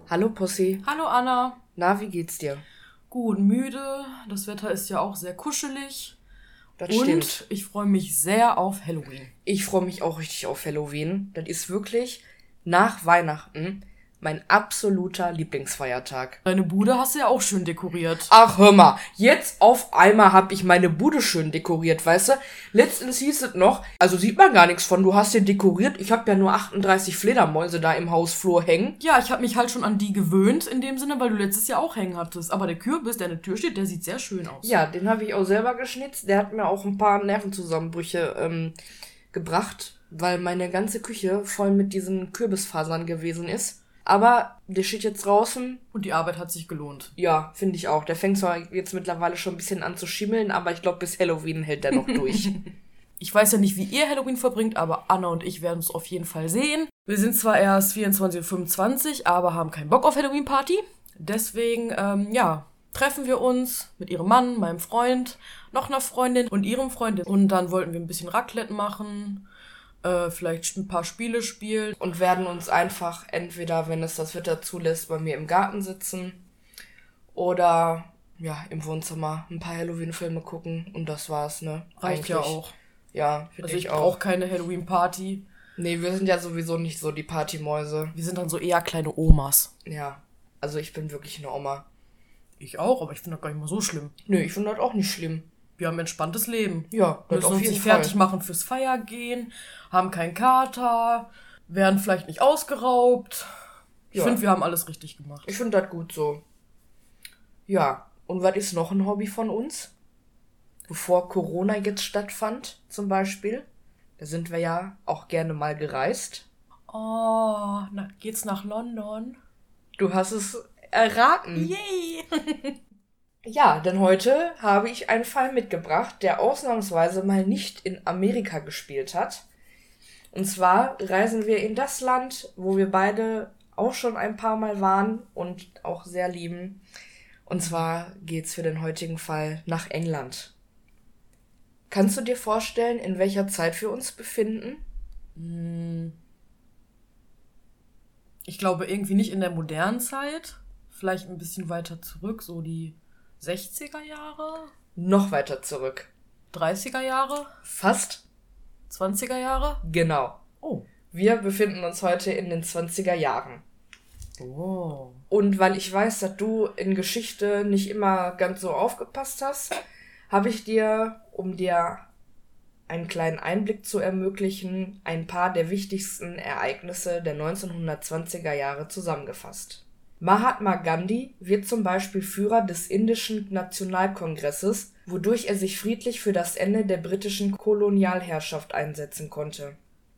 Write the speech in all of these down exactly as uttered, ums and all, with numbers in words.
Hallo Pussy. Hallo Anna. Na, wie geht's dir? Gut, müde. Das Wetter ist ja auch sehr kuschelig. Das Und stimmt. ich freue mich sehr auf Halloween. Ich freue mich auch richtig auf Halloween. Das ist wirklich nach Weihnachten mein absoluter Lieblingsfeiertag. Deine Bude hast du ja auch schön dekoriert. Ach, hör mal, jetzt auf einmal hab ich meine Bude schön dekoriert, weißt du? Letztens hieß es noch, also sieht man gar nichts von, du hast den dekoriert. Ich hab ja nur achtunddreißig Fledermäuse da im Hausflur hängen. Ja, ich habe mich halt schon an die gewöhnt, in dem Sinne, weil du letztes Jahr auch hängen hattest. Aber der Kürbis, der an der Tür steht, der sieht sehr schön aus. Ja, den habe ich auch selber geschnitzt. Der hat mir auch ein paar Nervenzusammenbrüche ähm, gebracht, weil meine ganze Küche voll mit diesen Kürbisfasern gewesen ist. Aber der steht jetzt draußen. Und die Arbeit hat sich gelohnt. Ja, finde ich auch. Der fängt zwar jetzt mittlerweile schon ein bisschen an zu schimmeln, aber ich glaube, bis Halloween hält der noch durch. Ich weiß ja nicht, wie ihr Halloween verbringt, aber Anna und ich werden es auf jeden Fall sehen. Wir sind zwar erst vierundzwanzig und fünfundzwanzig, aber haben keinen Bock auf Halloween-Party. Deswegen, ähm, ja, treffen wir uns mit ihrem Mann, meinem Freund, noch einer Freundin und ihrem Freund. Und dann wollten wir ein bisschen Raclette machen, äh, vielleicht ein paar Spiele spielen. Und werden uns einfach entweder, wenn es das Wetter zulässt, bei mir im Garten sitzen oder ja, im Wohnzimmer ein paar Halloween-Filme gucken. Und das war's, ne? Reicht ja auch. Ja, finde Also ich ich auch. brauche keine Halloween-Party. Nee, wir sind ja sowieso nicht so die Partymäuse. Wir sind dann so eher kleine Omas. Ja, also ich bin wirklich eine Oma. Ich auch, aber ich finde das gar nicht mal so schlimm. Nö, ich finde das auch nicht schlimm. Wir haben ein entspanntes Leben. Ja, Wir das müssen auf uns jeden nicht Fall. fertig machen fürs Feiergehen, haben keinen Kater, werden vielleicht nicht ausgeraubt. Ich Ja. finde, wir haben alles richtig gemacht. Ich finde das gut so. Ja, und was ist noch ein Hobby von uns? Bevor Corona jetzt stattfand, zum Beispiel. Da sind wir ja auch gerne mal gereist. Oh, na, geht's nach London? Du hast es erraten. Yay! Ja, denn heute habe ich einen Fall mitgebracht, der ausnahmsweise mal nicht in Amerika gespielt hat. Und zwar reisen wir in das Land, wo wir beide auch schon ein paar Mal waren und auch sehr lieben. Und zwar geht's für den heutigen Fall nach England. Kannst du dir vorstellen, in welcher Zeit wir uns befinden? Ich glaube irgendwie nicht in der modernen Zeit. Vielleicht ein bisschen weiter zurück, so die sechziger Jahre, Noch weiter zurück. dreißiger Jahre, Fast zwanziger Jahre. genau. Oh. Wir befinden uns heute in den zwanziger Jahren. Oh. Und weil ich weiß, dass du in Geschichte nicht immer ganz so aufgepasst hast, habe ich dir, um dir einen kleinen Einblick zu ermöglichen, ein paar der wichtigsten Ereignisse der neunzehnhundertzwanziger Jahre zusammengefasst. Mahatma Gandhi wird zum Beispiel Führer des Indischen Nationalkongresses, wodurch er sich friedlich für das Ende der britischen Kolonialherrschaft einsetzen konnte.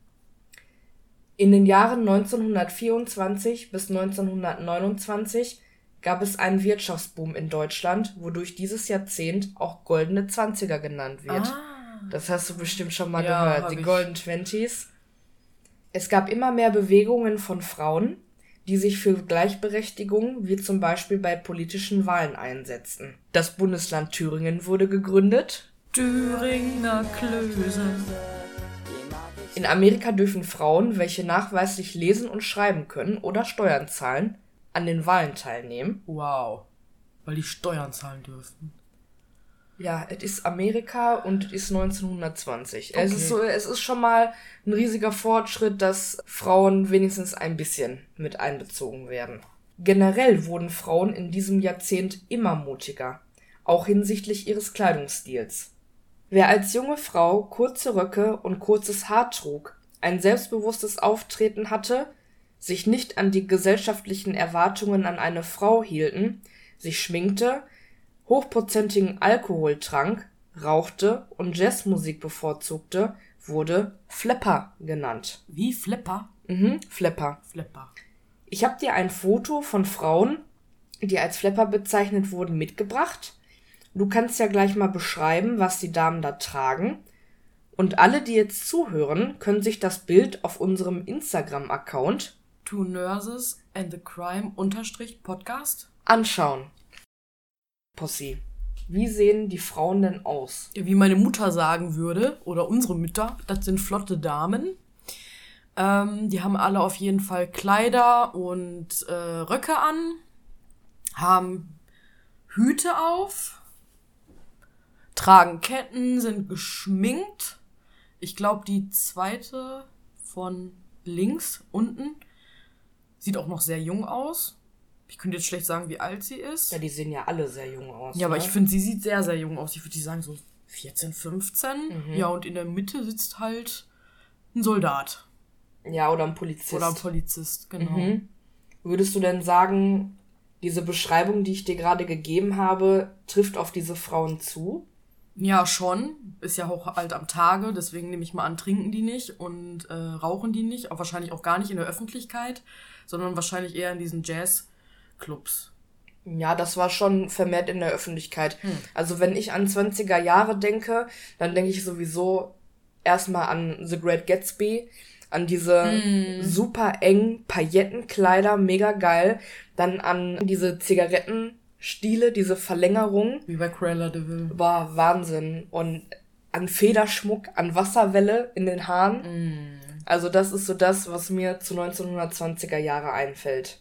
In den Jahren neunzehnhundertvierundzwanzig bis neunzehnhundertneunundzwanzig gab es einen Wirtschaftsboom in Deutschland, wodurch dieses Jahrzehnt auch Goldene Zwanziger genannt wird. Ah. Das hast du bestimmt schon mal Ja, gehört, hab die ich. Golden Twenties. Es gab immer mehr Bewegungen von Frauen, die sich für Gleichberechtigung wie zum Beispiel bei politischen Wahlen einsetzten. Das Bundesland Thüringen wurde gegründet. Thüringer Klöße. In Amerika dürfen Frauen, welche nachweislich lesen und schreiben können oder Steuern zahlen, an den Wahlen teilnehmen. Wow. Weil die Steuern zahlen dürfen. Ja, es ist Amerika und es ist neunzehnhundertzwanzig. Okay. Es ist so, es ist schon mal ein riesiger Fortschritt, dass Frauen wenigstens ein bisschen mit einbezogen werden. Generell wurden Frauen in diesem Jahrzehnt immer mutiger, auch hinsichtlich ihres Kleidungsstils. Wer als junge Frau kurze Röcke und kurzes Haar trug, ein selbstbewusstes Auftreten hatte, sich nicht an die gesellschaftlichen Erwartungen an eine Frau hielten, sich schminkte, hochprozentigen Alkohol trank, rauchte und Jazzmusik bevorzugte, wurde Flepper genannt. Wie Flipper? Mhm, Flepper. Flipper. Ich habe dir ein Foto von Frauen, die als Flepper bezeichnet wurden, mitgebracht. Du kannst ja gleich mal beschreiben, was die Damen da tragen. Und alle, die jetzt zuhören, können sich das Bild auf unserem Instagram-Account Two Nurses and the Crime unterstrich Podcast. anschauen. Pussy, wie sehen die Frauen denn aus? Ja, wie meine Mutter sagen würde, oder unsere Mütter, das sind flotte Damen. Ähm, die haben alle auf jeden Fall Kleider und äh, Röcke an, haben Hüte auf, tragen Ketten, sind geschminkt. Ich glaube, die zweite von links unten sieht auch noch sehr jung aus. Ich könnte jetzt schlecht sagen, wie alt sie ist. Ja, die sehen ja alle sehr jung aus. Ja, aber ne? ich finde, sie sieht sehr, sehr jung aus. Ich würde sagen, so vierzehn, fünfzehn. Mhm. Ja, und in der Mitte sitzt halt ein Soldat. Ja, oder ein Polizist. Oder ein Polizist, genau. Mhm. Würdest du denn sagen, diese Beschreibung, die ich dir gerade gegeben habe, trifft auf diese Frauen zu? Ja, schon. Ist ja auch alt am Tage, deswegen nehme ich mal an, trinken die nicht und äh, rauchen die nicht. Auch wahrscheinlich auch gar nicht in der Öffentlichkeit, sondern wahrscheinlich eher in diesen Jazzclubs. Ja, das war schon vermehrt in der Öffentlichkeit. Hm. Also wenn ich an zwanziger Jahre denke, dann denke ich sowieso erstmal an The Great Gatsby, an diese Hm. super engen Paillettenkleider, mega geil. Dann an diese Zigarettenstiele, diese Verlängerung. Wie bei Cruella de Vil. War Wahnsinn. Und an Federschmuck, an Wasserwelle in den Haaren. Hm. Also das ist so das, was mir zu neunzehnhundertzwanziger Jahre einfällt.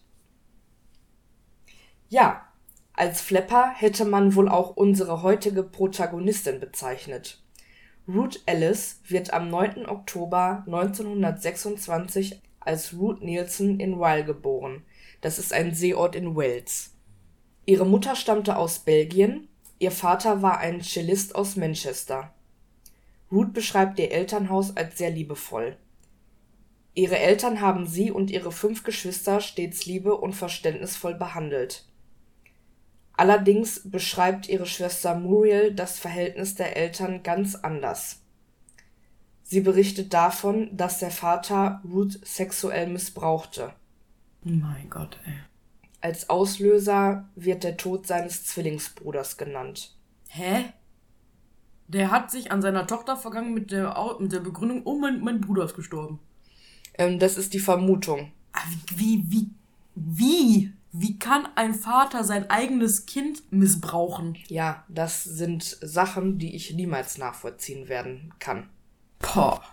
Ja, als Flapper hätte man wohl auch unsere heutige Protagonistin bezeichnet. Ruth Ellis wird am neunten Oktober neunzehnhundertsechsundzwanzig als Ruth Nielsen in Rhyl geboren. Das ist ein Seeort in Wales. Ihre Mutter stammte aus Belgien, ihr Vater war ein Cellist aus Manchester. Ruth beschreibt ihr Elternhaus als sehr liebevoll. Ihre Eltern haben sie und ihre fünf Geschwister stets liebe- und verständnisvoll behandelt. Allerdings beschreibt ihre Schwester Muriel das Verhältnis der Eltern ganz anders. Sie berichtet davon, dass der Vater Ruth sexuell missbrauchte. Mein Gott, ey. Als Auslöser wird der Tod seines Zwillingsbruders genannt. Hä? Der hat sich an seiner Tochter vergangen mit der, Au- mit der Begründung, oh, mein, mein Bruder ist gestorben. Ähm, das ist die Vermutung. Ah, Wie, wie, wie, wie kann ein Vater sein eigenes Kind missbrauchen? Ja, das sind Sachen, die ich niemals nachvollziehen werden kann. Boah.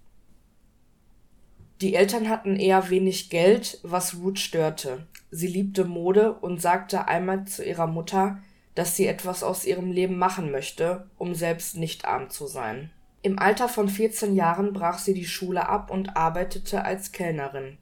Die Eltern hatten eher wenig Geld, was Ruth störte. Sie liebte Mode und sagte einmal zu ihrer Mutter, dass sie etwas aus ihrem Leben machen möchte, um selbst nicht arm zu sein. Im Alter von vierzehn Jahren brach sie die Schule ab und arbeitete als Kellnerin.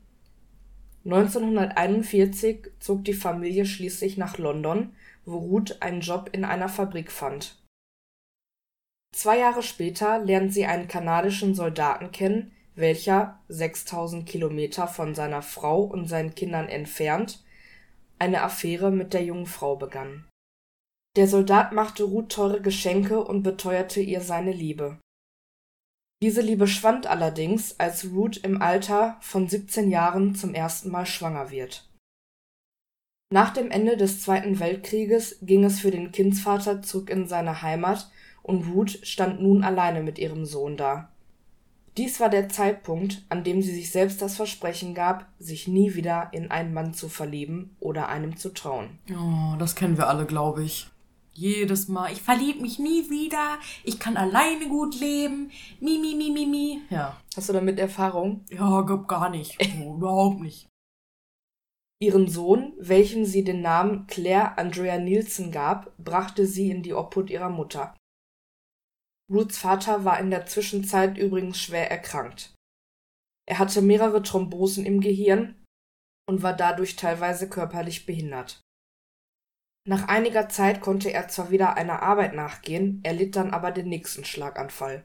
neunzehnhunderteinundvierzig zog die Familie schließlich nach London, wo Ruth einen Job in einer Fabrik fand. Zwei Jahre später lernt sie einen kanadischen Soldaten kennen, welcher, sechstausend Kilometer von seiner Frau und seinen Kindern entfernt, eine Affäre mit der jungen Frau begann. Der Soldat machte Ruth teure Geschenke und beteuerte ihr seine Liebe. Diese Liebe schwand allerdings, als Ruth im Alter von siebzehn Jahren zum ersten Mal schwanger wird. Nach dem Ende des Zweiten Weltkrieges ging es für den Kindsvater zurück in seine Heimat und Ruth stand nun alleine mit ihrem Sohn da. Dies war der Zeitpunkt, an dem sie sich selbst das Versprechen gab, sich nie wieder in einen Mann zu verlieben oder einem zu trauen. Oh, das kennen wir alle, glaube ich. Jedes Mal, ich verliebe mich nie wieder, ich kann alleine gut leben, mi, mi, mi, mi, mi. Ja. Hast du damit Erfahrung? Ja, glaub gar nicht. Oh, überhaupt nicht. Ihren Sohn, welchem sie den Namen Claire Andrea Nielsen gab, brachte sie in die Obhut ihrer Mutter. Ruths Vater war in der Zwischenzeit übrigens schwer erkrankt. Er hatte mehrere Thrombosen im Gehirn und war dadurch teilweise körperlich behindert. Nach einiger Zeit konnte er zwar wieder einer Arbeit nachgehen, erlitt dann aber den nächsten Schlaganfall.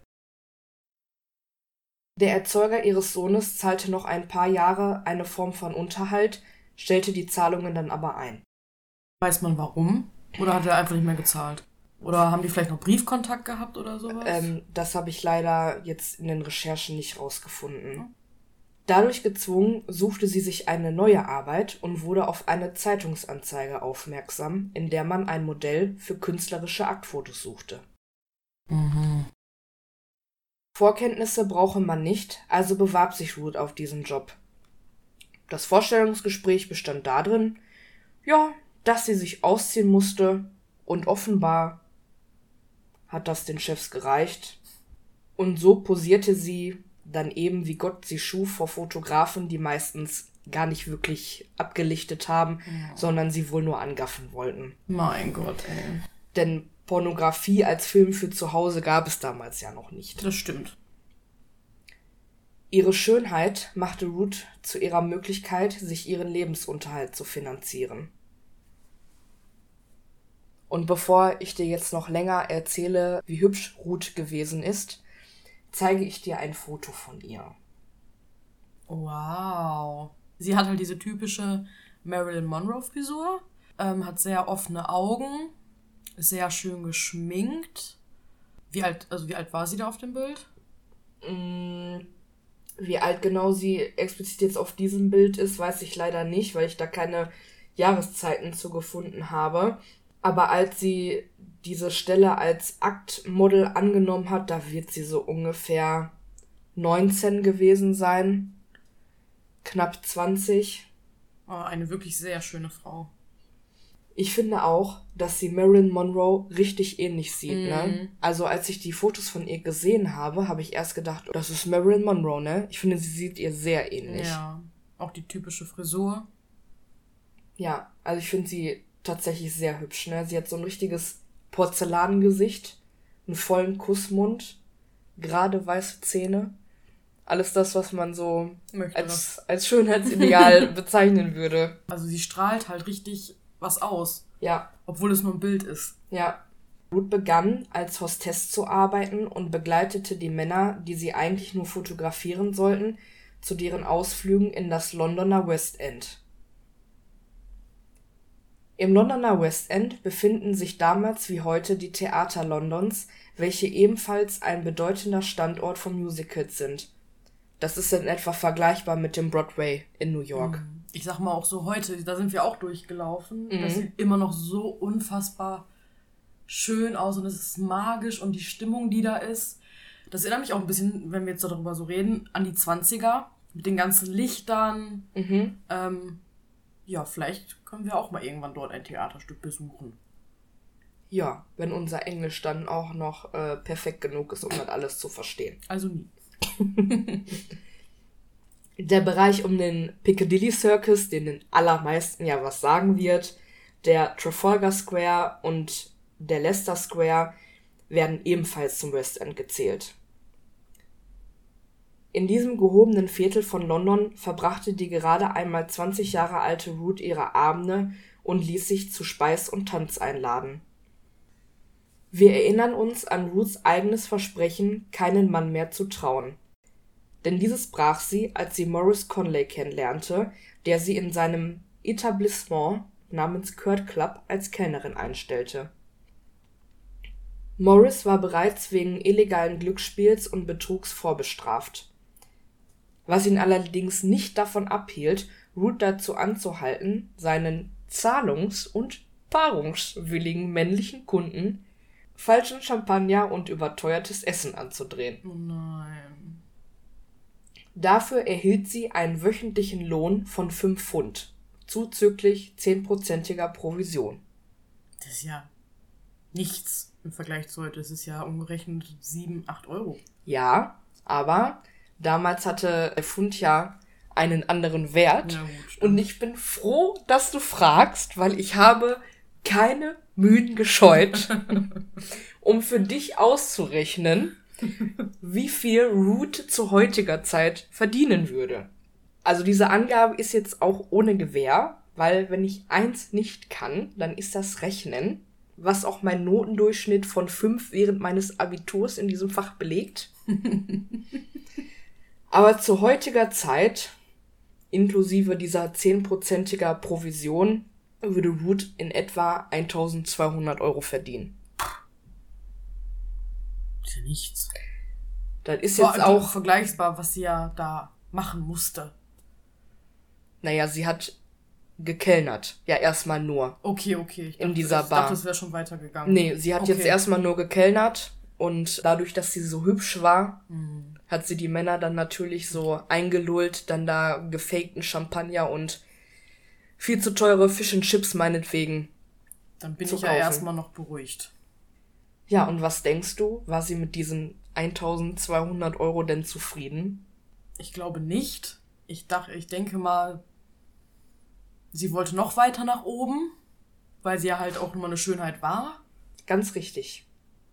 Der Erzeuger ihres Sohnes zahlte noch ein paar Jahre eine Form von Unterhalt, stellte die Zahlungen dann aber ein. Weiß man warum? Oder hat er einfach nicht mehr gezahlt? Oder haben die vielleicht noch Briefkontakt gehabt oder sowas? Ähm, das habe ich leider jetzt in den Recherchen nicht rausgefunden. Dadurch gezwungen, suchte sie sich eine neue Arbeit und wurde auf eine Zeitungsanzeige aufmerksam, in der man ein Modell für künstlerische Aktfotos suchte. Mhm. Vorkenntnisse brauche man nicht, also bewarb sich Ruth auf diesen Job. Das Vorstellungsgespräch bestand darin, ja, dass sie sich ausziehen musste, und offenbar hat das den Chefs gereicht. Und so posierte sie dann eben, wie Gott sie schuf, vor Fotografen, die meistens gar nicht wirklich abgelichtet haben, ja. sondern sie wohl nur angaffen wollten. Mein Gott, ey. Denn Pornografie als Film für zu Hause gab es damals ja noch nicht. Das stimmt. Ihre Schönheit machte Ruth zu ihrer Möglichkeit, sich ihren Lebensunterhalt zu finanzieren. Und bevor ich dir jetzt noch länger erzähle, wie hübsch Ruth gewesen ist, zeige ich dir ein Foto von ihr. Wow. Sie hat halt diese typische Marilyn Monroe-Frisur, ähm, hat sehr offene Augen, sehr schön geschminkt. Wie alt, also wie alt war sie da auf dem Bild? Wie alt genau sie explizit jetzt auf diesem Bild ist, weiß ich leider nicht, weil ich da keine Jahreszeiten zu gefunden habe. Aber als sie diese Stelle als Aktmodel angenommen hat, da wird sie so ungefähr neunzehn gewesen sein. Knapp zwanzig. Oh, eine wirklich sehr schöne Frau. Ich finde auch, dass sie Marilyn Monroe richtig ähnlich sieht, Mhm. ne? Also als ich die Fotos von ihr gesehen habe, habe ich erst gedacht, das ist Marilyn Monroe, ne? Ich finde, sie sieht ihr sehr ähnlich. Ja, auch die typische Frisur. Ja, also ich finde sie tatsächlich sehr hübsch, ne? Sie hat so ein richtiges Porzellangesicht, einen vollen Kussmund, gerade weiße Zähne. Alles das, was man so Möchte als, als Schönheitsideal bezeichnen würde. Also sie strahlt halt richtig was aus. Ja. Obwohl es nur ein Bild ist. Ja. Ruth begann, als Hostess zu arbeiten und begleitete die Männer, die sie eigentlich nur fotografieren sollten, zu deren Ausflügen in das Londoner West End. Im Londoner West End befinden sich damals wie heute die Theater Londons, welche ebenfalls ein bedeutender Standort von Musicals sind. Das ist in etwa vergleichbar mit dem Broadway in New York. Ich sag mal auch so heute, da sind wir auch durchgelaufen. Mhm. Das sieht immer noch so unfassbar schön aus und es ist magisch und die Stimmung, die da ist. Das erinnert mich auch ein bisschen, wenn wir jetzt darüber so reden, an die zwanziger mit den ganzen Lichtern. Mhm. Ähm, ja, vielleicht können wir auch mal irgendwann dort ein Theaterstück besuchen. Ja, wenn unser Englisch dann auch noch äh, perfekt genug ist, um das alles zu verstehen. Also nie. Der Bereich um den Piccadilly Circus, den den allermeisten ja was sagen wird, der Trafalgar Square und der Leicester Square werden ebenfalls zum West End gezählt. In diesem gehobenen Viertel von London verbrachte die gerade einmal zwanzig Jahre alte Ruth ihre Abende und ließ sich zu Speis und Tanz einladen. Wir erinnern uns an Ruths eigenes Versprechen, keinen Mann mehr zu trauen. Denn dieses brach sie, als sie Maurice Conley kennenlernte, der sie in seinem Etablissement namens Court Club als Kellnerin einstellte. Maurice war bereits wegen illegalen Glücksspiels und Betrugs vorbestraft. Was ihn allerdings nicht davon abhielt, Ruth dazu anzuhalten, seinen zahlungs- und paarungswilligen männlichen Kunden falschen Champagner und überteuertes Essen anzudrehen. Oh nein. Dafür erhielt sie einen wöchentlichen Lohn von fünf Pfund, zuzüglich zehnprozentiger Provision. Das ist ja nichts im Vergleich zu heute. Das ist ja umgerechnet sieben, acht Euro. Ja, aber damals hatte der Pfund ja einen anderen Wert. Ja, gut, und ich bin froh, dass du fragst, weil ich habe keine Mühen gescheut, um für dich auszurechnen, wie viel Ruth zu heutiger Zeit verdienen würde. Also diese Angabe ist jetzt auch ohne Gewähr, weil wenn ich eins nicht kann, dann ist das Rechnen, was auch mein Notendurchschnitt von fünf während meines Abiturs in diesem Fach belegt. Aber zu heutiger Zeit, inklusive dieser zehnprozentiger Provision, würde Ruth in etwa eintausendzweihundert Euro verdienen. Das ist ja nichts. Das ist Vor jetzt allem auch vergleichbar, was sie ja da machen musste. Naja, sie hat gekellnert. Ja, erstmal nur. Okay, okay. Ich In dachte, dieser ich Bar. dachte, das wäre schon weitergegangen. Nee, sie hat Okay. jetzt erstmal nur gekellnert und dadurch, dass sie so hübsch war, Mhm. hat sie die Männer dann natürlich so eingelullt, dann da gefakten Champagner und viel zu teure Fish and Chips meinetwegen. Dann bin zu ich ja kaufen. erstmal noch beruhigt. Ja, und was denkst du, war sie mit diesen eintausendzweihundert Euro denn zufrieden? Ich glaube nicht. Ich dachte, ich denke mal, sie wollte noch weiter nach oben, weil sie ja halt auch nur eine Schönheit war. Ganz richtig.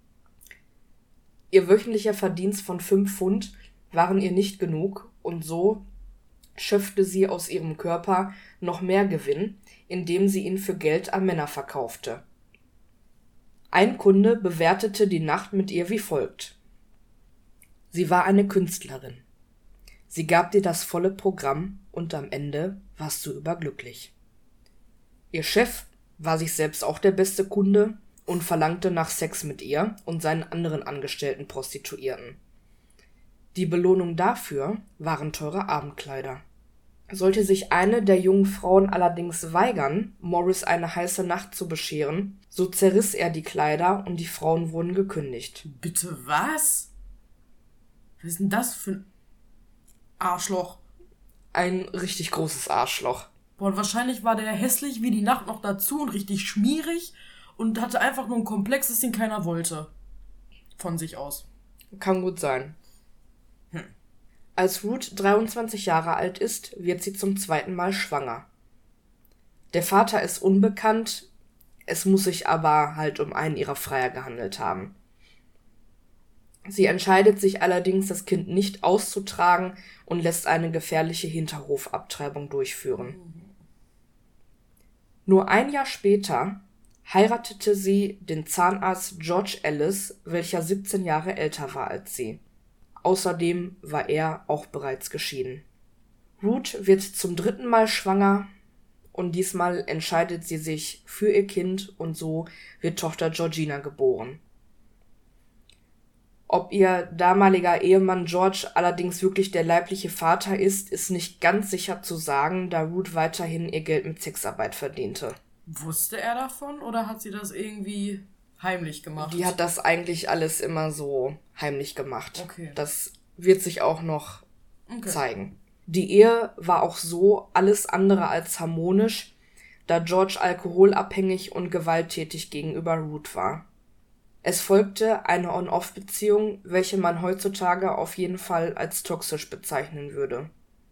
Ihr wöchentlicher Verdienst von fünf Pfund waren ihr nicht genug und so schöpfte sie aus ihrem Körper noch mehr Gewinn, indem sie ihn für Geld an Männer verkaufte. Ein Kunde bewertete die Nacht mit ihr wie folgt: Sie war eine Künstlerin. Sie gab dir das volle Programm und am Ende warst du überglücklich. Ihr Chef war sich selbst auch der beste Kunde und verlangte nach Sex mit ihr und seinen anderen angestellten Prostituierten. Die Belohnung dafür waren teure Abendkleider. Sollte sich eine der jungen Frauen allerdings weigern, Morris eine heiße Nacht zu bescheren, so zerriss er die Kleider und die Frauen wurden gekündigt. Bitte was? Was ist denn das für ein Arschloch? Ein richtig großes Arschloch. Boah, und wahrscheinlich war der hässlich wie die Nacht noch dazu und richtig schmierig und hatte einfach nur ein Komplex, das den keiner wollte. Von sich aus. Kann gut sein. Hm. Als Ruth dreiundzwanzig Jahre alt ist, wird sie zum zweiten Mal schwanger. Der Vater ist unbekannt, es muss sich aber halt um einen ihrer Freier gehandelt haben. Sie entscheidet sich allerdings, das Kind nicht auszutragen und lässt eine gefährliche Hinterhofabtreibung durchführen. Nur ein Jahr später heiratete sie den Zahnarzt George Ellis, welcher siebzehn Jahre älter war als sie. Außerdem war er auch bereits geschieden. Ruth wird zum dritten Mal schwanger und diesmal entscheidet sie sich für ihr Kind und so wird Tochter Georgina geboren. Ob ihr damaliger Ehemann George allerdings wirklich der leibliche Vater ist, ist nicht ganz sicher zu sagen, da Ruth weiterhin ihr Geld mit Sexarbeit verdiente. Wusste er davon oder hat sie das irgendwie heimlich gemacht? Die hat das eigentlich alles immer so heimlich gemacht. Okay. Das wird sich auch noch okay. zeigen. Die Ehe war auch so alles andere als harmonisch, da George alkoholabhängig und gewalttätig gegenüber Ruth war. Es folgte eine On-Off-Beziehung, welche man heutzutage auf jeden Fall als toxisch bezeichnen würde.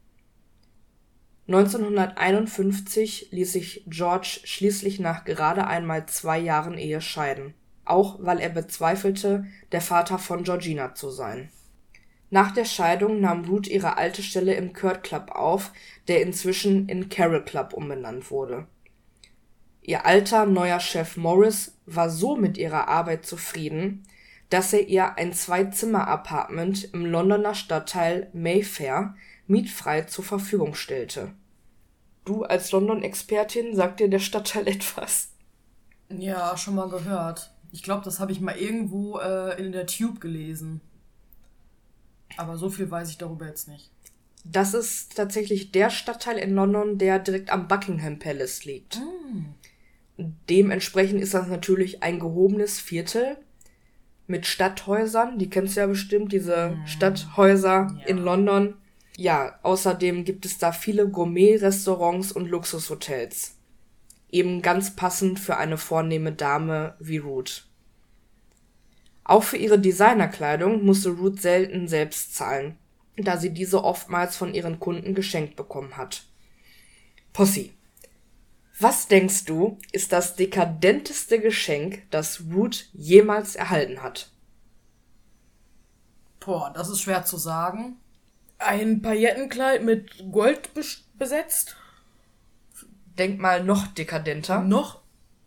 neunzehnhunderteinundfünfzig ließ sich George schließlich nach gerade einmal zwei Jahren Ehe scheiden, auch weil er bezweifelte, der Vater von Georgina zu sein. Nach der Scheidung nahm Ruth ihre alte Stelle im Curt Club auf, der inzwischen in Carol Club umbenannt wurde. Ihr alter, neuer Chef Morris war so mit ihrer Arbeit zufrieden, dass er ihr ein Zwei-Zimmer-Apartment im Londoner Stadtteil Mayfair mietfrei zur Verfügung stellte. Du als London-Expertin, sagt dir der Stadtteil etwas? Ja, schon mal gehört. Ich glaube, das habe ich mal irgendwo äh, in der Tube gelesen. Aber so viel weiß ich darüber jetzt nicht. Das ist tatsächlich der Stadtteil in London, der direkt am Buckingham Palace liegt. Mm. Dementsprechend ist das natürlich ein gehobenes Viertel mit Stadthäusern. Die kennst du ja bestimmt, diese mm. Stadthäuser ja. in London. Ja, außerdem gibt es da viele Gourmet-Restaurants und Luxushotels. Eben ganz passend für eine vornehme Dame wie Ruth. Auch für ihre Designerkleidung musste Ruth selten selbst zahlen, da sie diese oftmals von ihren Kunden geschenkt bekommen hat. Possi, was denkst du, ist das dekadenteste Geschenk, das Ruth jemals erhalten hat? Boah, das ist schwer zu sagen. Ein Paillettenkleid mit Gold bes- besetzt? Denk mal noch dekadenter. Noch?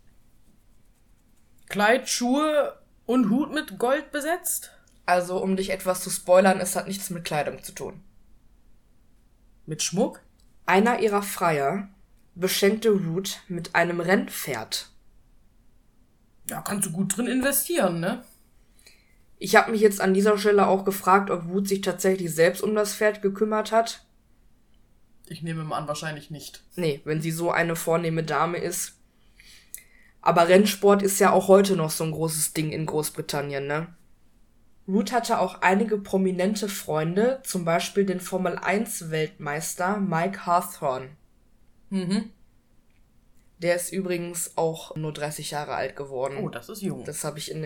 Kleid, Schuhe und Hut mit Gold besetzt? Also, um dich etwas zu spoilern, es hat nichts mit Kleidung zu tun. Mit Schmuck? Einer ihrer Freier beschenkte Ruth mit einem Rennpferd. Ja, kannst du gut drin investieren, ne? Ich habe mich jetzt an dieser Stelle auch gefragt, ob Ruth sich tatsächlich selbst um das Pferd gekümmert hat. Ich nehme mal an, wahrscheinlich nicht. Nee, wenn sie so eine vornehme Dame ist. Aber Rennsport ist ja auch heute noch so ein großes Ding in Großbritannien, ne? Ruth hatte auch einige prominente Freunde, zum Beispiel den Formel eins Weltmeister Mike Hawthorne. Mhm. Der ist übrigens auch nur dreißig Jahre alt geworden. Oh, das ist jung. Das habe ich in den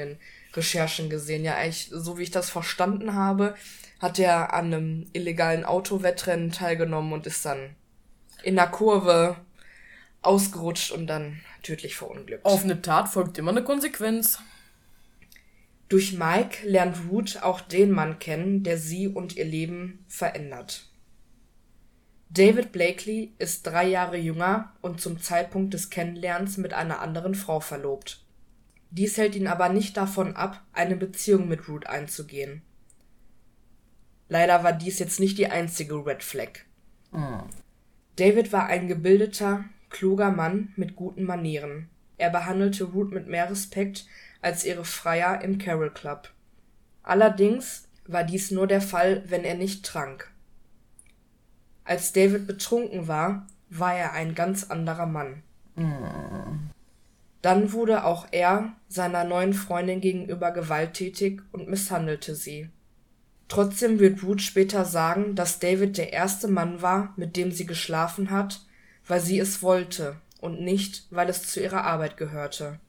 Recherchen gesehen. Ja, eigentlich, so wie ich das verstanden habe, hat er an einem illegalen Autowettrennen teilgenommen und ist dann in der Kurve ausgerutscht und dann tödlich verunglückt. Auf eine Tat folgt immer eine Konsequenz. Durch Mike lernt Ruth auch den Mann kennen, der sie und ihr Leben verändert. David Blakely ist drei Jahre jünger und zum Zeitpunkt des Kennenlernens mit einer anderen Frau verlobt. Dies hält ihn aber nicht davon ab, eine Beziehung mit Ruth einzugehen. Leider war dies jetzt nicht die einzige Red Flag. Mhm. David war ein gebildeter, kluger Mann mit guten Manieren. Er behandelte Ruth mit mehr Respekt als ihre Freier im Carol Club. Allerdings war dies nur der Fall, wenn er nicht trank. Als David betrunken war, war er ein ganz anderer Mann. Mhm. Dann wurde auch er seiner neuen Freundin gegenüber gewalttätig und misshandelte sie. Trotzdem wird Ruth später sagen, dass David der erste Mann war, mit dem sie geschlafen hat, weil sie es wollte und nicht, weil es zu ihrer Arbeit gehörte.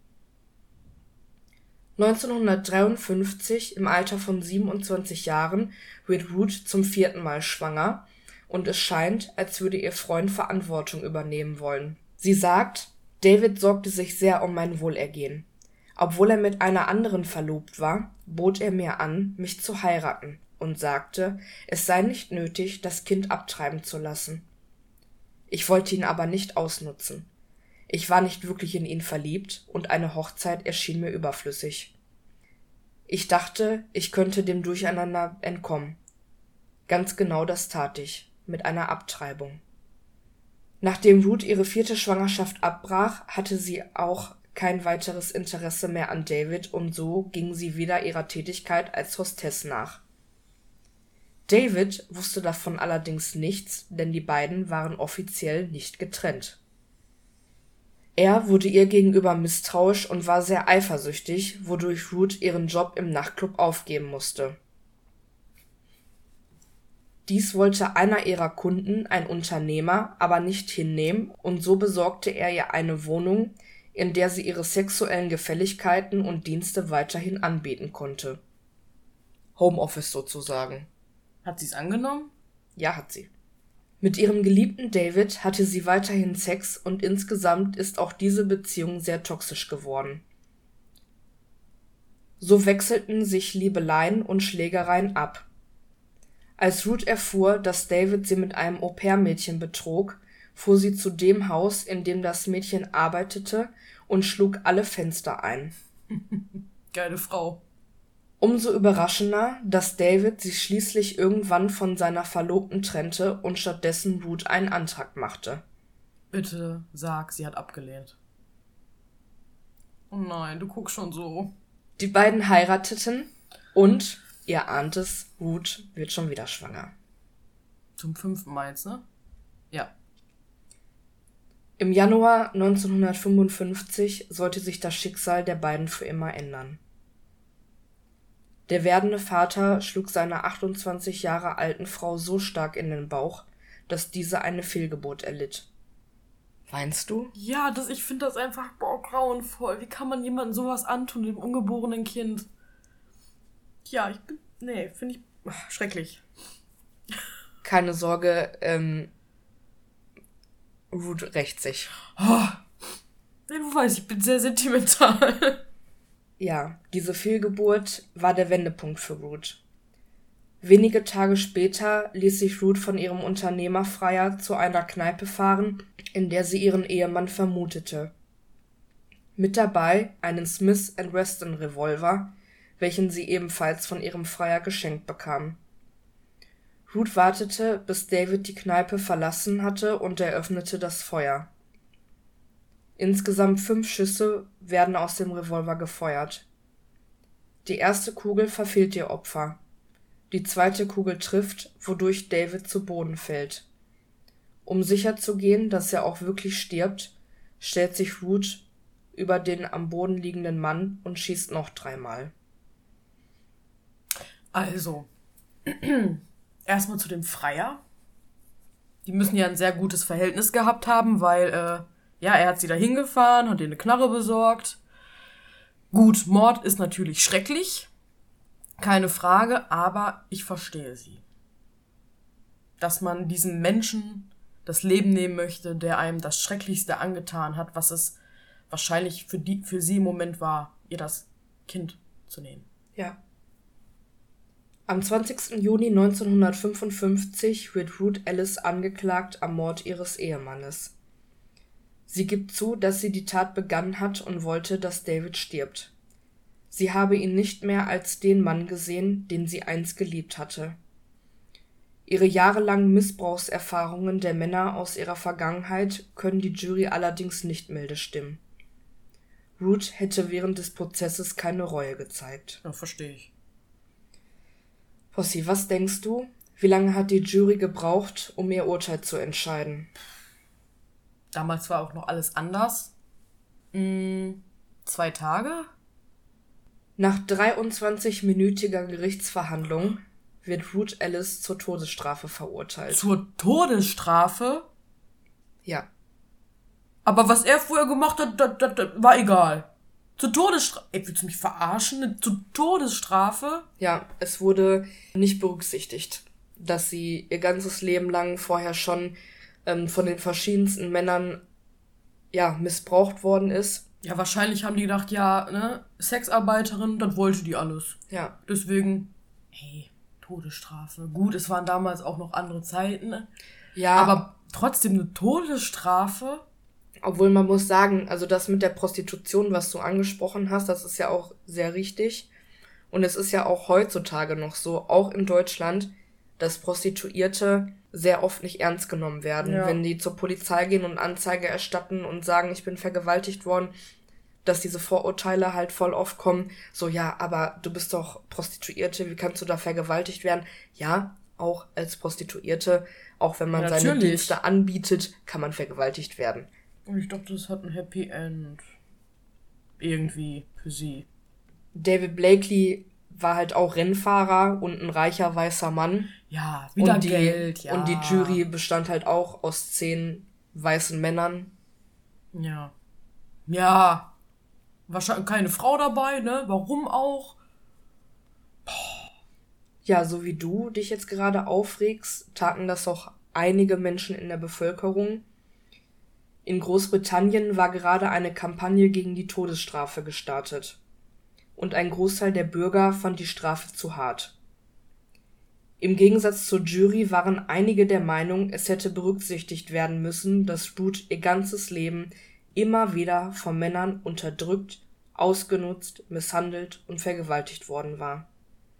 neunzehnhundertdreiundfünfzig, im Alter von siebenundzwanzig Jahren, wird Ruth zum vierten Mal schwanger und es scheint, als würde ihr Freund Verantwortung übernehmen wollen. Sie sagt, David sorgte sich sehr um mein Wohlergehen. Obwohl er mit einer anderen verlobt war, bot er mir an, mich zu heiraten und sagte, es sei nicht nötig, das Kind abtreiben zu lassen. Ich wollte ihn aber nicht ausnutzen. Ich war nicht wirklich in ihn verliebt und eine Hochzeit erschien mir überflüssig. Ich dachte, ich könnte dem Durcheinander entkommen. Ganz genau das tat ich, mit einer Abtreibung. Nachdem Ruth ihre vierte Schwangerschaft abbrach, hatte sie auch kein weiteres Interesse mehr an David und so ging sie wieder ihrer Tätigkeit als Hostess nach. David wusste davon allerdings nichts, denn die beiden waren offiziell nicht getrennt. Er wurde ihr gegenüber misstrauisch und war sehr eifersüchtig, wodurch Ruth ihren Job im Nachtclub aufgeben musste. Dies wollte einer ihrer Kunden, ein Unternehmer, aber nicht hinnehmen und so besorgte er ihr eine Wohnung, in der sie ihre sexuellen Gefälligkeiten und Dienste weiterhin anbieten konnte. Homeoffice sozusagen. Hat sie es angenommen? Ja, hat sie. Mit ihrem geliebten David hatte sie weiterhin Sex und insgesamt ist auch diese Beziehung sehr toxisch geworden. So wechselten sich Liebeleien und Schlägereien ab. Als Ruth erfuhr, dass David sie mit einem Au-pair-Mädchen betrog, fuhr sie zu dem Haus, in dem das Mädchen arbeitete, und schlug alle Fenster ein. Geile Frau. Umso überraschender, dass David sich schließlich irgendwann von seiner Verlobten trennte und stattdessen Ruth einen Antrag machte. Bitte sag, sie hat abgelehnt. Oh nein, du guckst schon so. Die beiden heirateten und, ihr ahnt es, Ruth wird schon wieder schwanger. Zum fünften Mal jetzt, ne? Ja. Im Januar neunzehnhundertfünfundfünfzig sollte sich das Schicksal der beiden für immer ändern. Der werdende Vater schlug seiner achtundzwanzig Jahre alten Frau so stark in den Bauch, dass diese eine Fehlgeburt erlitt. Weinst du? Ja, das, ich finde das einfach boah, grauenvoll. Wie kann man jemandem sowas antun, dem ungeborenen Kind? Ja, ich bin... Nee, finde ich ach, schrecklich. Keine Sorge, ähm... Ruth rächt sich. Oh. Nee, du weißt, ich bin sehr sentimental. Ja, diese Fehlgeburt war der Wendepunkt für Ruth. Wenige Tage später ließ sich Ruth von ihrem Unternehmerfreier zu einer Kneipe fahren, in der sie ihren Ehemann vermutete. Mit dabei einen Smith and Wesson Revolver, welchen sie ebenfalls von ihrem Freier geschenkt bekam. Ruth wartete, bis David die Kneipe verlassen hatte und eröffnete das Feuer. Insgesamt fünf Schüsse werden aus dem Revolver gefeuert. Die erste Kugel verfehlt ihr Opfer. Die zweite Kugel trifft, wodurch David zu Boden fällt. Um sicherzugehen, dass er auch wirklich stirbt, stellt sich Ruth über den am Boden liegenden Mann und schießt noch dreimal. Also, erstmal zu dem Freier. Die müssen ja ein sehr gutes Verhältnis gehabt haben, weil, äh, ja, er hat sie da hingefahren, hat ihr eine Knarre besorgt. Gut, Mord ist natürlich schrecklich, keine Frage, aber ich verstehe sie. Dass man diesem Menschen das Leben nehmen möchte, der einem das Schrecklichste angetan hat, was es wahrscheinlich für, die, für sie im Moment war, ihr das Kind zu nehmen. Ja. Am zwanzigsten Juni neunzehnhundertfünfundfünfzig wird Ruth Ellis angeklagt am Mord ihres Ehemannes. Sie gibt zu, dass sie die Tat begangen hat und wollte, dass David stirbt. Sie habe ihn nicht mehr als den Mann gesehen, den sie einst geliebt hatte. Ihre jahrelangen Missbrauchserfahrungen der Männer aus ihrer Vergangenheit können die Jury allerdings nicht milde stimmen. Ruth hätte während des Prozesses keine Reue gezeigt. Ja, verstehe ich. Possi, was denkst du? Wie lange hat die Jury gebraucht, um ihr Urteil zu entscheiden? Damals war auch noch alles anders. Hm, zwei Tage? Nach dreiundzwanzigminütiger Gerichtsverhandlung wird Ruth Ellis zur Todesstrafe verurteilt. Zur Todesstrafe? Ja. Aber was er vorher gemacht hat, das, das, das war egal. Zur Todesstrafe? Ey, willst du mich verarschen? Zur Todesstrafe? Ja, es wurde nicht berücksichtigt, dass sie ihr ganzes Leben lang vorher schon ähm, von den verschiedensten Männern ja, missbraucht worden ist. Ja, wahrscheinlich haben die gedacht, ja, ne, Sexarbeiterin, das wollte die alles. Ja. Deswegen, ey, Todesstrafe. Gut, es waren damals auch noch andere Zeiten. Ne? Ja. Aber trotzdem eine Todesstrafe? Obwohl man muss sagen, also das mit der Prostitution, was du angesprochen hast, das ist ja auch sehr richtig. Und es ist ja auch heutzutage noch so, auch in Deutschland, dass Prostituierte sehr oft nicht ernst genommen werden. Ja. Wenn die zur Polizei gehen und Anzeige erstatten und sagen, ich bin vergewaltigt worden, dass diese Vorurteile halt voll oft kommen. So, ja, aber du bist doch Prostituierte, wie kannst du da vergewaltigt werden? Ja, auch als Prostituierte, auch wenn man ja, seine Dienste anbietet, kann man vergewaltigt werden. Und ich dachte, das hat ein Happy End. Irgendwie für sie. David Blakely war halt auch Rennfahrer und ein reicher weißer Mann. Ja, wieder und die, Geld, ja. Und die Jury bestand halt auch aus zehn weißen Männern. Ja. Ja. Wahrscheinlich keine Frau dabei, ne? Warum auch? Boah. Ja, so wie du dich jetzt gerade aufregst, taten das auch einige Menschen in der Bevölkerung. In Großbritannien war gerade eine Kampagne gegen die Todesstrafe gestartet. Und ein Großteil der Bürger fand die Strafe zu hart. Im Gegensatz zur Jury waren einige der Meinung, es hätte berücksichtigt werden müssen, dass Ruth ihr ganzes Leben immer wieder von Männern unterdrückt, ausgenutzt, misshandelt und vergewaltigt worden war.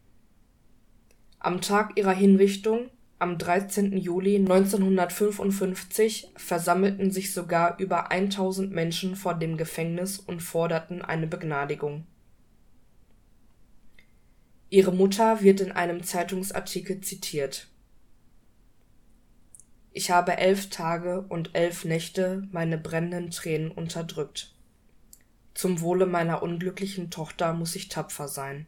Am Tag ihrer Hinrichtung, am dreizehnten Juli neunzehnhundertfünfundfünfzig, versammelten sich sogar über eintausend Menschen vor dem Gefängnis und forderten eine Begnadigung. Ihre Mutter wird in einem Zeitungsartikel zitiert. Ich habe elf Tage und elf Nächte meine brennenden Tränen unterdrückt. Zum Wohle meiner unglücklichen Tochter muss ich tapfer sein.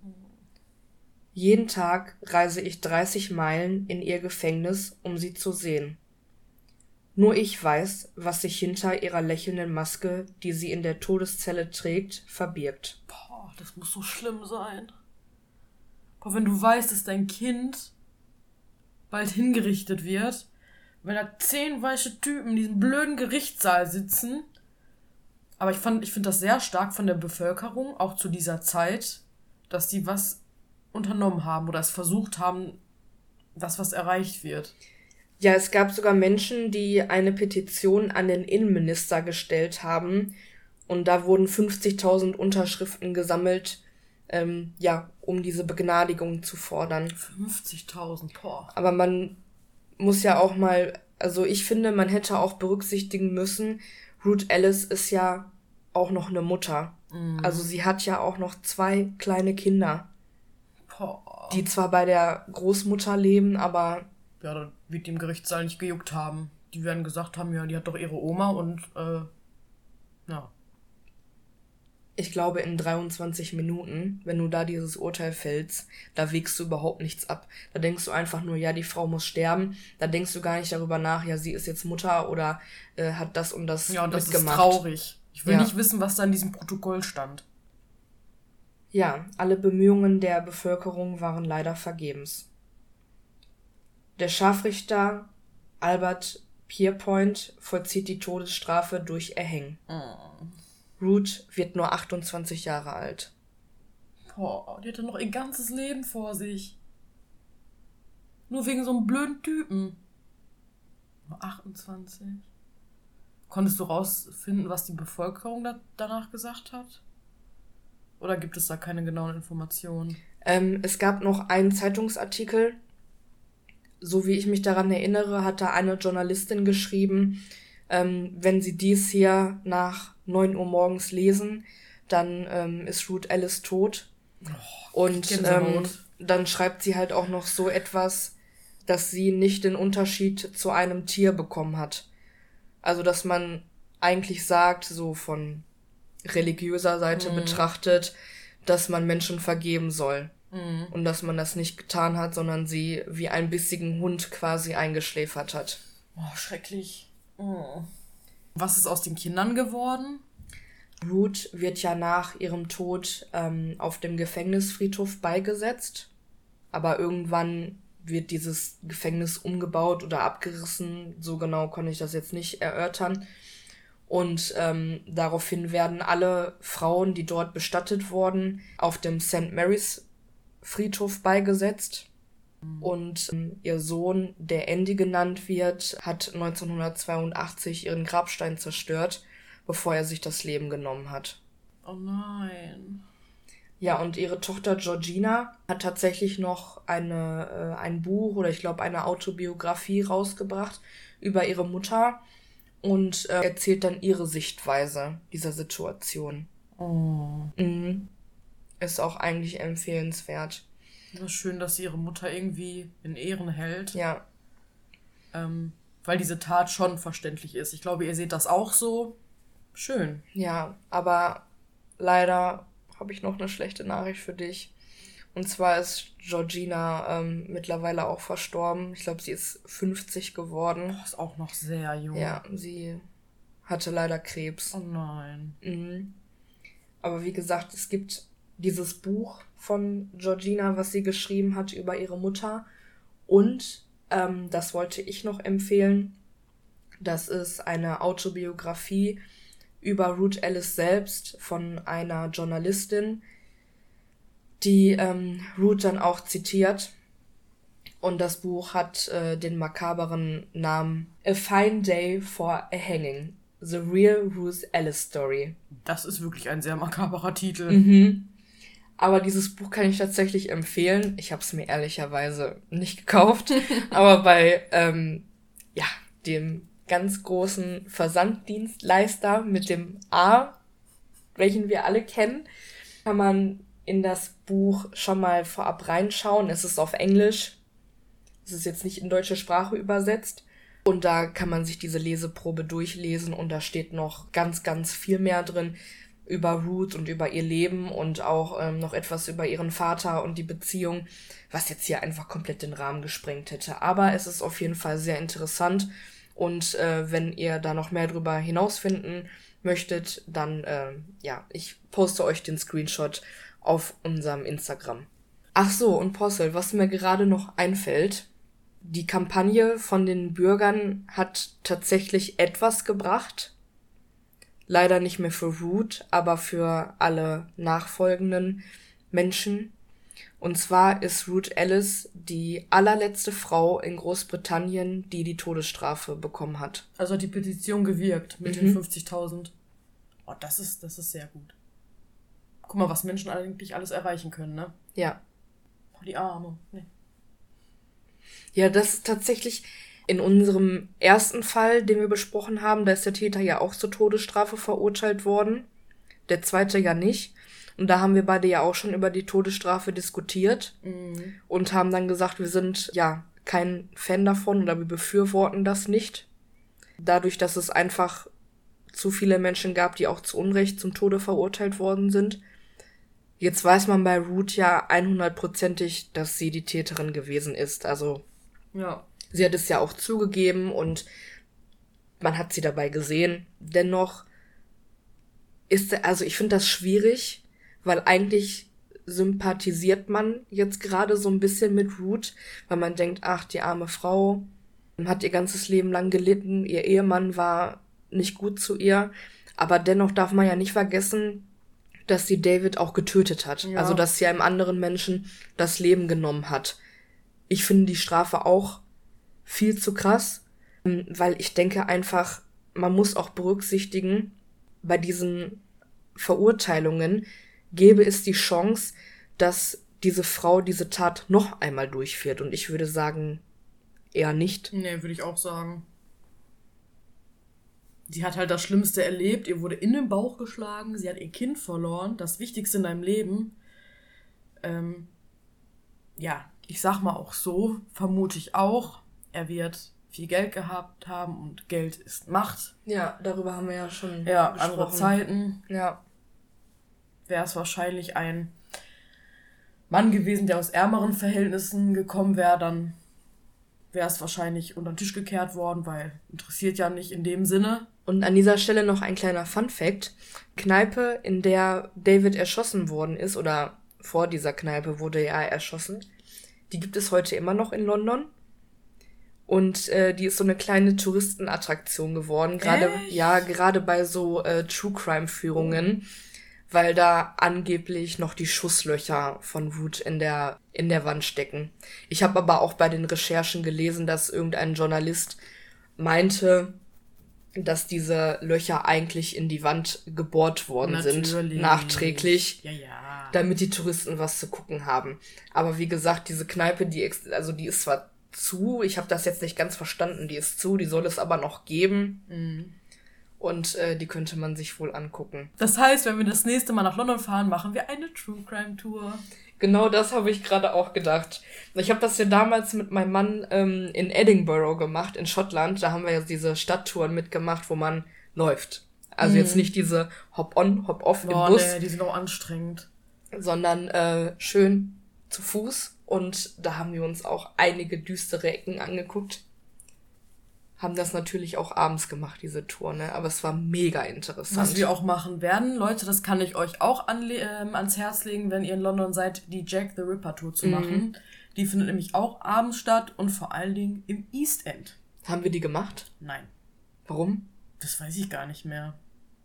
Jeden Tag reise ich dreißig Meilen in ihr Gefängnis, um sie zu sehen. Nur ich weiß, was sich hinter ihrer lächelnden Maske, die sie in der Todeszelle trägt, verbirgt. Boah, das muss so schlimm sein. Boah, wenn du weißt, dass dein Kind bald hingerichtet wird, wenn da zehn weiße Typen in diesem blöden Gerichtssaal sitzen. Aber ich fand, ich finde das sehr stark von der Bevölkerung, auch zu dieser Zeit, dass die was unternommen haben oder es versucht haben, dass was erreicht wird. Ja, es gab sogar Menschen, die eine Petition an den Innenminister gestellt haben und da wurden fünfzigtausend Unterschriften gesammelt, ähm, ja, um diese Begnadigung zu fordern. fünfzigtausend, boah. Aber man muss ja auch mal, also ich finde, man hätte auch berücksichtigen müssen, Ruth Ellis ist ja auch noch eine Mutter. Mhm. Also sie hat ja auch noch zwei kleine Kinder. Boah. Die zwar bei der Großmutter leben, aber... Ja, das wird dem Gerichtssaal nicht gejuckt haben. Die werden gesagt haben, ja, die hat doch ihre Oma und, äh, ja. Ich glaube, in dreiundzwanzig Minuten, wenn du da dieses Urteil fällst, da wägst du überhaupt nichts ab. Da denkst du einfach nur, ja, die Frau muss sterben. Da denkst du gar nicht darüber nach, ja, sie ist jetzt Mutter oder äh, hat das und das mitgemacht. Ja, und das mitgemacht. ist traurig. Ich will ja. nicht wissen, was da in diesem Protokoll stand. Ja, alle Bemühungen der Bevölkerung waren leider vergebens. Der Scharfrichter Albert Pierpoint vollzieht die Todesstrafe durch Erhängen. Oh. Ruth wird nur achtundzwanzig Jahre alt. Boah, die hatte noch ihr ganzes Leben vor sich. Nur wegen so einem blöden Typen. Nur achtundzwanzig. Konntest du rausfinden, was die Bevölkerung da danach gesagt hat? Oder gibt es da keine genauen Informationen? Ähm, es gab noch einen Zeitungsartikel. So wie ich mich daran erinnere, hat da eine Journalistin geschrieben, ähm, wenn Sie dies hier nach neun Uhr morgens lesen, dann ähm, ist Ruth Ellis tot. Oh, Und ähm, dann schreibt sie halt auch noch so etwas, dass sie nicht den Unterschied zu einem Tier bekommen hat. Also, dass man eigentlich sagt, so von religiöser Seite mhm. betrachtet, dass man Menschen vergeben soll. Mhm. Und dass man das nicht getan hat, sondern sie wie einen bissigen Hund quasi eingeschläfert hat. Oh, schrecklich. Oh. Was ist aus den Kindern geworden? Ruth wird ja nach ihrem Tod ähm, auf dem Gefängnisfriedhof beigesetzt. Aber irgendwann wird dieses Gefängnis umgebaut oder abgerissen. So genau konnte ich das jetzt nicht erörtern. Und ähm, daraufhin werden alle Frauen, die dort bestattet wurden, auf dem Saint Mary's Friedhof beigesetzt. Mhm. Und ähm, ihr Sohn, der Andy genannt wird, hat neunzehnhundertzweiundachtzig ihren Grabstein zerstört, bevor er sich das Leben genommen hat. Oh nein. Ja, und ihre Tochter Georgina hat tatsächlich noch eine äh, ein Buch oder ich glaube eine Autobiografie rausgebracht über ihre Mutter und äh, erzählt dann ihre Sichtweise dieser Situation. Oh. Mhm. Ist auch eigentlich empfehlenswert. Das ist schön, dass sie ihre Mutter irgendwie in Ehren hält. Ja. Ähm, weil diese Tat schon verständlich ist. Ich glaube, ihr seht das auch so. Schön. Ja, aber leider habe ich noch eine schlechte Nachricht für dich. Und zwar ist Georgina ähm, mittlerweile auch verstorben. Ich glaube, sie ist fünfzig geworden. Boah, ist auch noch sehr jung. Ja, sie hatte leider Krebs. Oh nein. Mhm. Aber wie gesagt, es gibt dieses Buch von Georgina, was sie geschrieben hat über ihre Mutter. Und, ähm, das wollte ich noch empfehlen, das ist eine Autobiografie über Ruth Ellis selbst von einer Journalistin, die ähm, Ruth dann auch zitiert. Und das Buch hat äh, den makaberen Namen A Fine Day for a Hanging. The Real Ruth Ellis Story. Das ist wirklich ein sehr makaberer Titel. Mhm. Aber dieses Buch kann ich tatsächlich empfehlen. Ich habe es mir ehrlicherweise nicht gekauft. Aber bei ähm, ja dem ganz großen Versanddienstleister mit dem A, welchen wir alle kennen, kann man in das Buch schon mal vorab reinschauen. Es ist auf Englisch. Es ist jetzt nicht in deutsche Sprache übersetzt. Und da kann man sich diese Leseprobe durchlesen und da steht noch ganz, ganz viel mehr drin über Ruth und über ihr Leben und auch ähm, noch etwas über ihren Vater und die Beziehung, was jetzt hier einfach komplett den Rahmen gesprengt hätte. Aber es ist auf jeden Fall sehr interessant und äh, wenn ihr da noch mehr drüber hinausfinden möchtet, dann, äh, ja, ich poste euch den Screenshot auf unserem Instagram. Ach so, und Possel, was mir gerade noch einfällt, die Kampagne von den Bürgern hat tatsächlich etwas gebracht. Leider nicht mehr für Ruth, aber für alle nachfolgenden Menschen. Und zwar ist Ruth Ellis die allerletzte Frau in Großbritannien, die die Todesstrafe bekommen hat. Also hat die Petition gewirkt mit mhm. den fünfzigtausend. Oh, das ist, das ist sehr gut. Guck mal, was Menschen eigentlich alles erreichen können, ne? Ja. Oh, die Arme. Nee. Ja, das ist tatsächlich in unserem ersten Fall, den wir besprochen haben, da ist der Täter ja auch zur Todesstrafe verurteilt worden. Der zweite ja nicht. Und da haben wir beide ja auch schon über die Todesstrafe diskutiert mhm. und haben dann gesagt, wir sind ja kein Fan davon oder wir befürworten das nicht. Dadurch, dass es einfach zu viele Menschen gab, die auch zu Unrecht zum Tode verurteilt worden sind. Jetzt weiß man bei Ruth ja hundertprozentig, dass sie die Täterin gewesen ist. Also ja. Sie hat es ja auch zugegeben und man hat sie dabei gesehen. Dennoch ist, also ich finde das schwierig, weil eigentlich sympathisiert man jetzt gerade so ein bisschen mit Ruth, weil man denkt, ach, die arme Frau hat ihr ganzes Leben lang gelitten, ihr Ehemann war nicht gut zu ihr, aber dennoch darf man ja nicht vergessen, dass sie David auch getötet hat. Ja. Also, dass sie einem anderen Menschen das Leben genommen hat. Ich finde die Strafe auch viel zu krass, weil ich denke einfach, man muss auch berücksichtigen, bei diesen Verurteilungen gäbe es die Chance, dass diese Frau diese Tat noch einmal durchführt. Und ich würde sagen, eher nicht. Nee, würde ich auch sagen. Sie hat halt das Schlimmste erlebt. Ihr wurde in den Bauch geschlagen. Sie hat ihr Kind verloren. Das Wichtigste in deinem Leben. Ähm, ja, ich sag mal auch so, vermute ich auch, er wird viel Geld gehabt haben und Geld ist Macht. Ja, darüber haben wir ja schon Ja, gesprochen. Andere Zeiten. Ja. Wäre es wahrscheinlich ein Mann gewesen, der aus ärmeren Verhältnissen gekommen wäre, dann wäre es wahrscheinlich unter den Tisch gekehrt worden, weil interessiert ja nicht in dem Sinne. Und an dieser Stelle noch ein kleiner Fun-Fact. Kneipe, in der David erschossen worden ist, oder vor dieser Kneipe wurde er erschossen, die gibt es heute immer noch in London. Und äh, die ist so eine kleine Touristenattraktion geworden. Gerade, ja, gerade bei so äh, True-Crime-Führungen. Oh. Weil da angeblich noch die Schusslöcher von Ruth in der in der Wand stecken. Ich habe aber auch bei den Recherchen gelesen, dass irgendein Journalist meinte, dass diese Löcher eigentlich in die Wand gebohrt worden Natürlich. sind, nachträglich, ja, ja. damit die Touristen was zu gucken haben. Aber wie gesagt, diese Kneipe, die also die ist zwar zu, ich habe das jetzt nicht ganz verstanden, die ist zu, die soll es aber noch geben. Mhm. Und äh, die könnte man sich wohl angucken. Das heißt, wenn wir das nächste Mal nach London fahren, machen wir eine True Crime Tour. Genau das habe ich gerade auch gedacht. Ich habe das ja damals mit meinem Mann ähm, in Edinburgh gemacht, in Schottland. Da haben wir ja diese Stadttouren mitgemacht, wo man läuft. Also mhm. jetzt nicht diese Hop-on, Hop-off im Bus. Nee, die sind auch anstrengend. Sondern äh, schön zu Fuß. Und da haben wir uns auch einige düstere Ecken angeguckt. Haben das natürlich auch abends gemacht, diese Tour, ne? Aber es war mega interessant. Was wir auch machen werden, Leute, das kann ich euch auch anle- äh, ans Herz legen, wenn ihr in London seid, die Jack the Ripper Tour zu mhm. machen. Die findet nämlich auch abends statt und vor allen Dingen im East End. Haben wir die gemacht? Nein. Warum? Das weiß ich gar nicht mehr.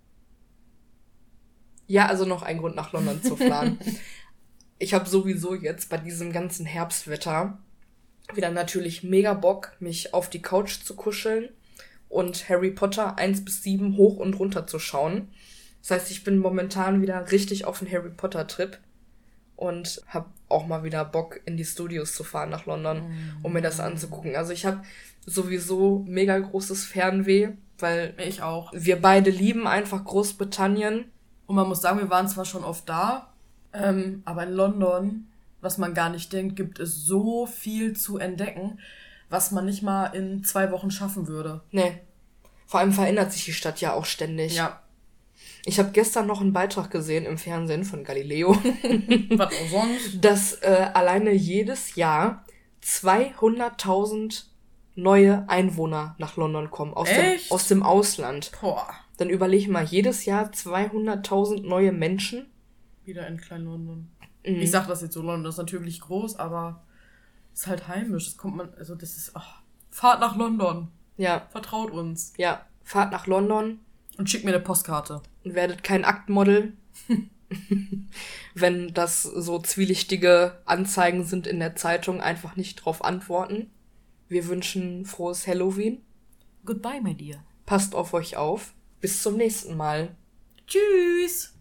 Ja, also noch ein Grund, nach London zu fahren. Ich habe sowieso jetzt bei diesem ganzen Herbstwetter wieder natürlich mega Bock, mich auf die Couch zu kuscheln und Harry Potter eins bis sieben hoch und runter zu schauen. Das heißt, ich bin momentan wieder richtig auf den Harry Potter Trip und habe auch mal wieder Bock, in die Studios zu fahren nach London, mm. um mir das anzugucken. Also ich habe sowieso mega großes Fernweh, weil ich auch. Wir beide lieben einfach Großbritannien. Und man muss sagen, wir waren zwar schon oft da, ähm, aber in London, was man gar nicht denkt, gibt es so viel zu entdecken, was man nicht mal in zwei Wochen schaffen würde. Nee. Vor allem verändert sich die Stadt ja auch ständig. Ja. Ich habe gestern noch einen Beitrag gesehen im Fernsehen von Galileo. Was auch sonst? Dass äh, alleine jedes Jahr zweihunderttausend neue Einwohner nach London kommen. Aus, dem, aus dem Ausland. Boah. Dann überleg mal, jedes Jahr zweihunderttausend neue Menschen. Wieder in Klein-London. Mhm. Ich sag das jetzt so, London ist natürlich groß, aber ist halt heimisch. Das kommt man, also das ist, ach, fahrt nach London. Ja. Vertraut uns. Ja, fahrt nach London. Und schickt mir eine Postkarte. Und werdet kein Aktmodel. Wenn das so zwielichtige Anzeigen sind in der Zeitung, einfach nicht drauf antworten. Wir wünschen frohes Halloween. Goodbye, my dear. Passt auf euch auf. Bis zum nächsten Mal. Tschüss.